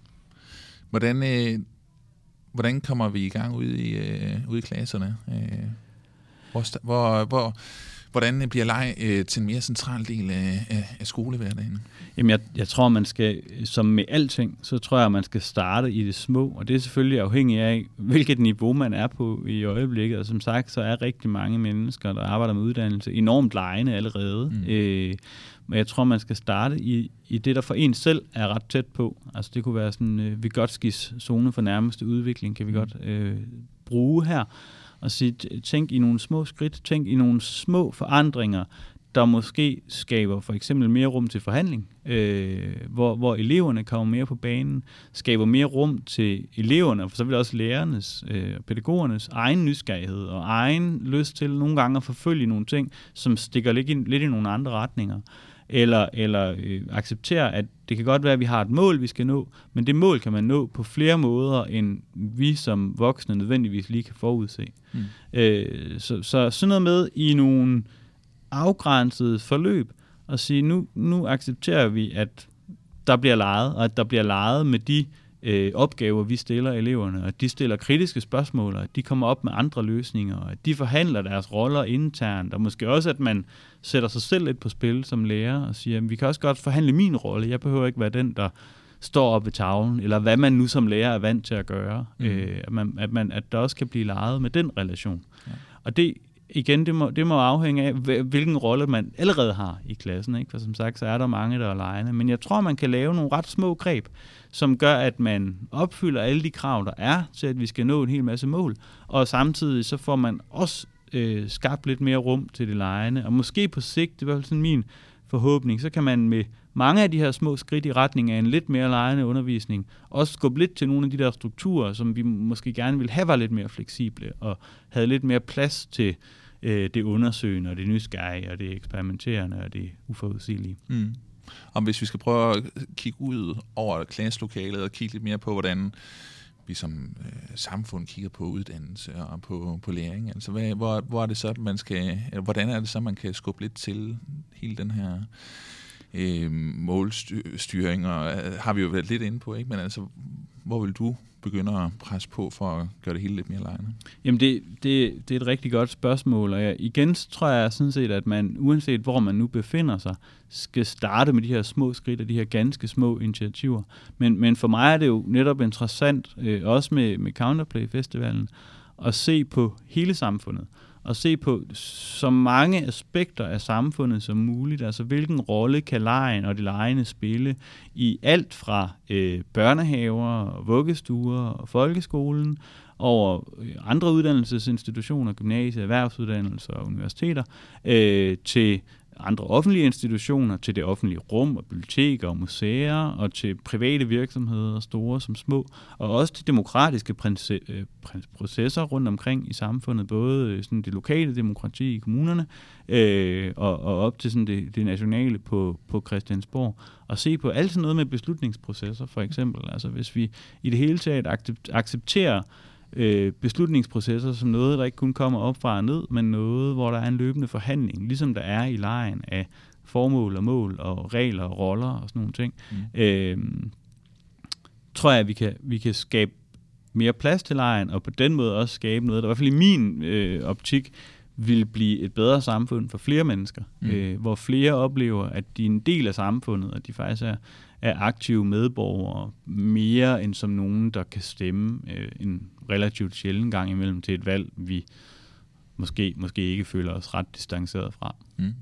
Hvordan, øh, hvordan kommer vi i gang ude i, øh, ude i klasserne? Øh, hvor, hvor, hvor, hvordan bliver leg øh, til en mere central del af, af, af skolehverdagen? Jamen, jeg, jeg tror, man skal, som med alting, så tror jeg, man skal starte i det små, og det er selvfølgelig afhængigt af, hvilket niveau man er på i øjeblikket, og som sagt, så er rigtig mange mennesker, der arbejder med uddannelse, enormt legende allerede, mm. øh, men jeg tror, man skal starte i, i det, der for en selv er ret tæt på. Altså, det kunne være sådan, øh, Vygotskis zone for nærmeste udvikling, kan vi mm. godt øh, bruge her, og sige, tænk i nogle små skridt, tænk i nogle små forandringer, der måske skaber for eksempel mere rum til forhandling, øh, hvor, hvor eleverne kommer mere på banen, skaber mere rum til eleverne, og så vil også lærernes, øh, pædagogernes egen nysgerrighed og egen lyst til nogle gange at forfølge nogle ting, som stikker lidt i, lidt i nogle andre retninger. Eller, eller øh, acceptere, at det kan godt være, at vi har et mål, vi skal nå, men det mål kan man nå på flere måder, end vi som voksne nødvendigvis lige kan forudse. Mm. Øh, så, så sådan noget med i nogle afgrænsede forløb, og sige, nu, nu accepterer vi, at der bliver leget, og at der bliver leget med de øh, opgaver, vi stiller eleverne, og at de stiller kritiske spørgsmål, og at de kommer op med andre løsninger, og at de forhandler deres roller internt, og måske også, at man sætter sig selv lidt på spil som lærer, og siger, vi kan også godt forhandle min rolle, jeg behøver ikke være den, der står op ved tavlen, eller hvad man nu som lærer er vant til at gøre, mm. øh, at, man, at, man, at der også kan blive leget med den relation. Ja. Og det igen, det må, det må afhænge af, hvilken rolle man allerede har i klassen, ikke? For som sagt, så er der mange, der er legende. Men jeg tror, man kan lave nogle ret små greb, som gør, at man opfylder alle de krav, der er, til at vi skal nå en hel masse mål. Og samtidig så får man også øh, skabt lidt mere rum til det legende. Og måske på sigt, det var sådan min forhåbning, så kan man med mange af de her små skridt i retning af en lidt mere legende undervisning også skubbe lidt til nogle af de der strukturer, som vi måske gerne ville have var lidt mere fleksible og havde lidt mere plads til øh, det undersøgende og det nysgerrige og det eksperimenterende og det uforudsigelige. Mm. Og hvis vi skal prøve at kigge ud over klasselokalet og kigge lidt mere på, hvordan vi som øh, samfund kigger på uddannelse og på, på læring, altså hvad, hvor, hvor er det så, man skal, hvordan er det så, man kan skubbe lidt til hele den her øh, målstyring, og øh, har vi jo været lidt inde på, ikke? Men altså, hvor vil du begynde at presse på for at gøre det hele lidt mere legende? Jamen, det, det, det er et rigtig godt spørgsmål, og jeg, igen tror jeg sådan set, at man, uanset hvor man nu befinder sig, skal starte med de her små skridt og de her ganske små initiativer. Men, men for mig er det jo netop interessant, øh, også med, med Counterplay-festivalen, at se på hele samfundet, og se på så mange aspekter af samfundet som muligt, altså hvilken rolle kan legen og de legende spille i alt fra øh, børnehaver, vuggestuer og folkeskolen, over andre uddannelsesinstitutioner, gymnasier, erhvervsuddannelser og universiteter, øh, til andre offentlige institutioner, til det offentlige rum og biblioteker og museer, og til private virksomheder, store som små, og også til demokratiske processer rundt omkring i samfundet, både sådan det lokale demokrati i kommunerne, øh, og, og op til sådan det, det nationale på, på Christiansborg, og se på alt sådan noget med beslutningsprocesser, for eksempel. Altså hvis vi i det hele taget accepterer Øh, beslutningsprocesser som noget, der ikke kun kommer op fra og ned, men noget, hvor der er en løbende forhandling, ligesom der er i lejen af formål og mål og regler og roller og sådan nogle ting. Mm. Øh, tror jeg, at vi kan, vi kan skabe mere plads til lejen, og på den måde også skabe noget, der i hvert fald i min øh, optik vil blive et bedre samfund for flere mennesker, mm. øh, hvor flere oplever, at de er en del af samfundet, og de faktisk er, er aktive medborgere mere end som nogen, der kan stemme øh, en relativt sjælden gang imellem til et valg, vi måske, måske ikke føler os ret distanceret fra. Mm.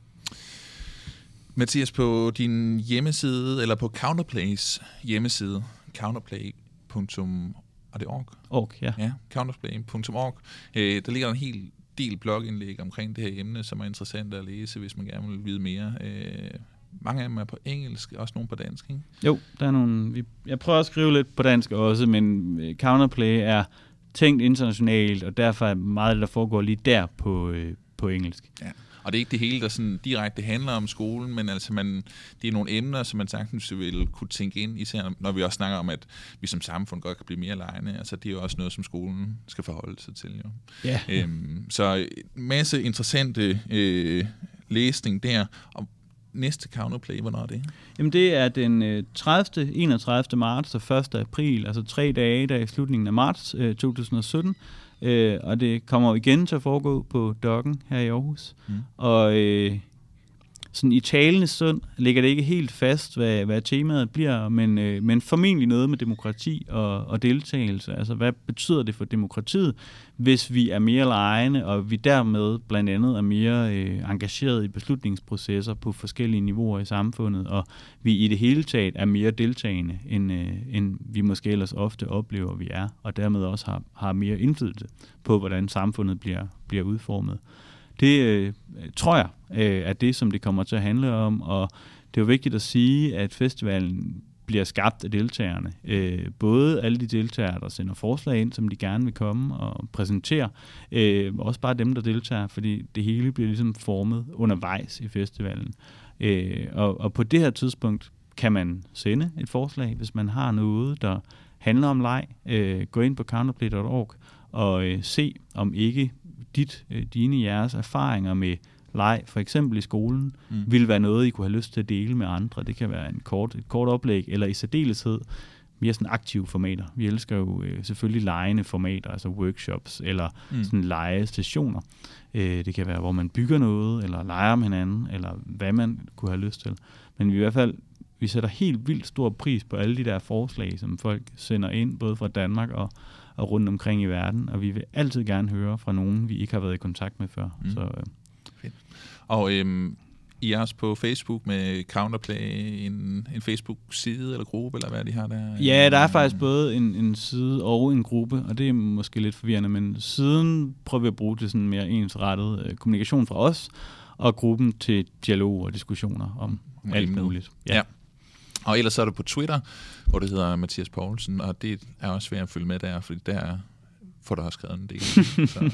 Mathias, på din hjemmeside, eller på Counterplays hjemmeside, counterplay punktum org, org, ja. ja counterplay punktum org, øh, der ligger en hel del blogindlæg omkring det her emne, som er interessant at læse, hvis man gerne vil vide mere. Øh, mange af dem er på engelsk, også nogle på dansk, ikke? Jo, der er nogle. Vi, jeg prøver at skrive lidt på dansk også, men Counterplay er tænkt internationalt, og derfor er meget det, der foregår lige der på, øh, på engelsk. Ja. Og det er ikke det hele, der sådan direkte handler om skolen, men altså man, det er nogle emner, som man sagtens vil kunne tænke ind, især når vi også snakker om, at vi som samfund godt kan blive mere legende. Altså det er jo også noget, som skolen skal forholde sig til. Jo. Ja. Øhm, så en masse interessante øh, læsning der. Og næste Counterplay, hvornår er det? Jamen det er den tredivte, enogtredivte marts og første april, altså tre dage der i slutningen af marts øh, to tusind og sytten. Øh, og det kommer igen til at foregå på Dokken her i Aarhus. Mm. Og øh, sådan i talende stund ligger det ikke helt fast, hvad, hvad temaet bliver, men, øh, men formentlig noget med demokrati og, og deltagelse. Altså, hvad betyder det for demokratiet, hvis vi er mere legende, og vi dermed blandt andet er mere øh, engageret i beslutningsprocesser på forskellige niveauer i samfundet, og vi i det hele taget er mere deltagende, end, øh, end vi måske ellers ofte oplever, vi er, og dermed også har, har mere indflydelse på, hvordan samfundet bliver, bliver udformet. Det øh, tror jeg øh, er det, som det kommer til at handle om, og det er jo vigtigt at sige, at festivalen bliver skabt af deltagerne. Øh, både alle de deltagere, der sender forslag ind, som de gerne vil komme og præsentere, øh, også bare dem, der deltager, fordi det hele bliver ligesom formet undervejs i festivalen. Øh, og, og på det her tidspunkt kan man sende et forslag, hvis man har noget, der handler om leg. Øh, gå ind på counterplay punktum org og øh, se, om ikke dit, øh, dine, jeres erfaringer med leg, for eksempel i skolen, mm. vil være noget, I kunne have lyst til at dele med andre. Det kan være en kort, et kort oplæg, eller i særdeleshed mere sådan aktive formater. Vi elsker jo øh, selvfølgelig legende formater, altså workshops, eller mm. sådan legestationer. Øh, det kan være, hvor man bygger noget, eller leger med hinanden, eller hvad man kunne have lyst til. Men vi i hvert fald, vi sætter helt vildt stor pris på alle de der forslag, som folk sender ind, både fra Danmark og og rundt omkring i verden, og vi vil altid gerne høre fra nogen, vi ikke har været i kontakt med før. Mm. Så, øh. Fedt. Og øhm, I er også på Facebook med Counterplay, en, en Facebook-side eller gruppe, eller hvad de har der? Ja, der er faktisk både en, en side og en gruppe, og det er måske lidt forvirrende, men siden prøver vi at bruge det sådan mere ensrettet øh, kommunikation fra os, og gruppen til dialog og diskussioner om mm. alt muligt. Ja. ja. Og ellers så er du på Twitter, hvor det hedder Mathias Poulsen, og det er også svært at følge med der, fordi der får du også skrevet en del. Så.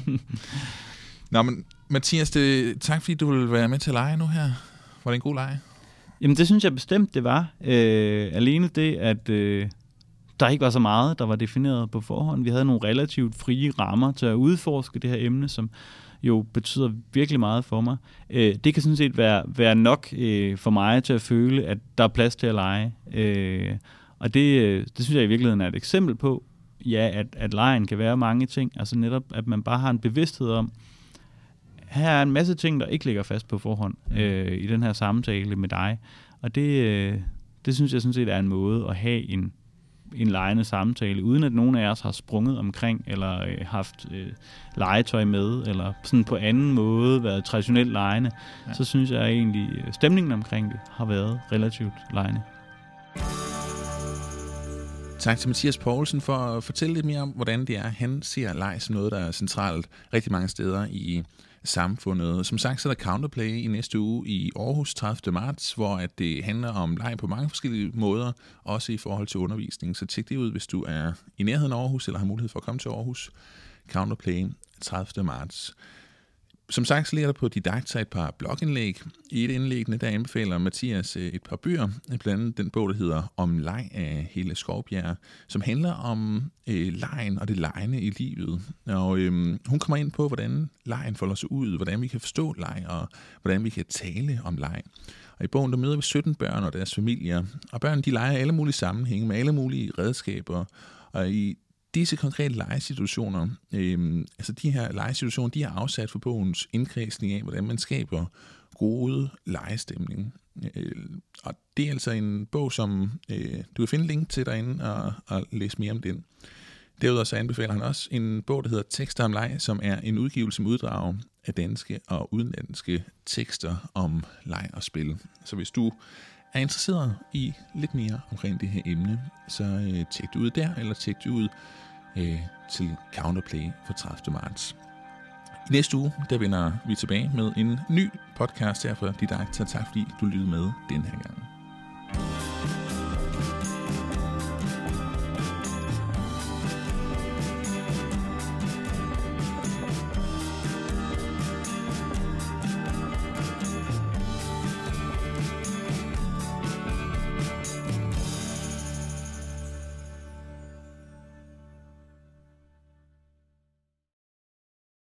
Nå, men Mathias, det, tak fordi du vil være med til at lege nu her. Var det en god lege? Jamen det synes jeg bestemt, det var. Øh, alene det, at øh, der ikke var så meget, der var defineret på forhånd. Vi havde nogle relativt frie rammer til at udforske det her emne, som jo betyder virkelig meget for mig. Øh, det kan sådan set være, være nok øh, for mig til at føle, at der er plads til at lege. Øh, og det, det synes jeg i virkeligheden er et eksempel på, ja, at, at legen kan være mange ting. Altså netop, at man bare har en bevidsthed om, her er en masse ting, der ikke ligger fast på forhånd øh, i den her samtale med dig. Og det, øh, det synes jeg sådan set er en måde at have en en legende samtale, uden at nogen af os har sprunget omkring, eller øh, haft øh, legetøj med, eller sådan på anden måde været traditionelt legende, ja. Så synes jeg egentlig, at stemningen omkring det har været relativt legende. Tak til Mathias Poulsen for at fortælle lidt mere om, hvordan det er. Han ser leg som noget, der er centralt rigtig mange steder i samfundet. Som sagt, så er der Counterplay i næste uge i Aarhus tredivte marts, hvor at det handler om leg på mange forskellige måder, også i forhold til undervisning. Så tjek det ud, hvis du er i nærheden af Aarhus, eller har mulighed for at komme til Aarhus. Counterplay tredivte marts. Som sagt, så ligger der på Didakta et par blogindlæg. I et indlæggene, der anbefaler Mathias et par bøger, blandt andet den bog, der hedder Om leg af Helle Skovbjerg, som handler om øh, legen og det legende i livet. Og øh, hun kommer ind på, hvordan legen folder sig ud, hvordan vi kan forstå leg, og hvordan vi kan tale om leg. Og i bogen, der møder vi sytten børn og deres familier. Og børn, de leger alle mulige sammenhænge med alle mulige redskaber. Og i disse konkrete legesituationer, øh, altså de her legesituationer, de er afsat for bogens indkredsning af, hvordan man skaber gode legestemning. Øh, og det er altså en bog, som øh, du kan finde link til derinde og, og læse mere om den. Derudover så anbefaler han også en bog, der hedder Tekster om leg, som er en udgivelse med uddrag af danske og udenlandske tekster om leg og spil. Så hvis du er interesseret i lidt mere omkring det her emne, så øh, tjek det ud der, eller tjek det ud øh, til Counterplay for tredivte marts. I næste uge, der vender vi tilbage med en ny podcast her fra Didakta. Tak fordi du lyttede med den her gang.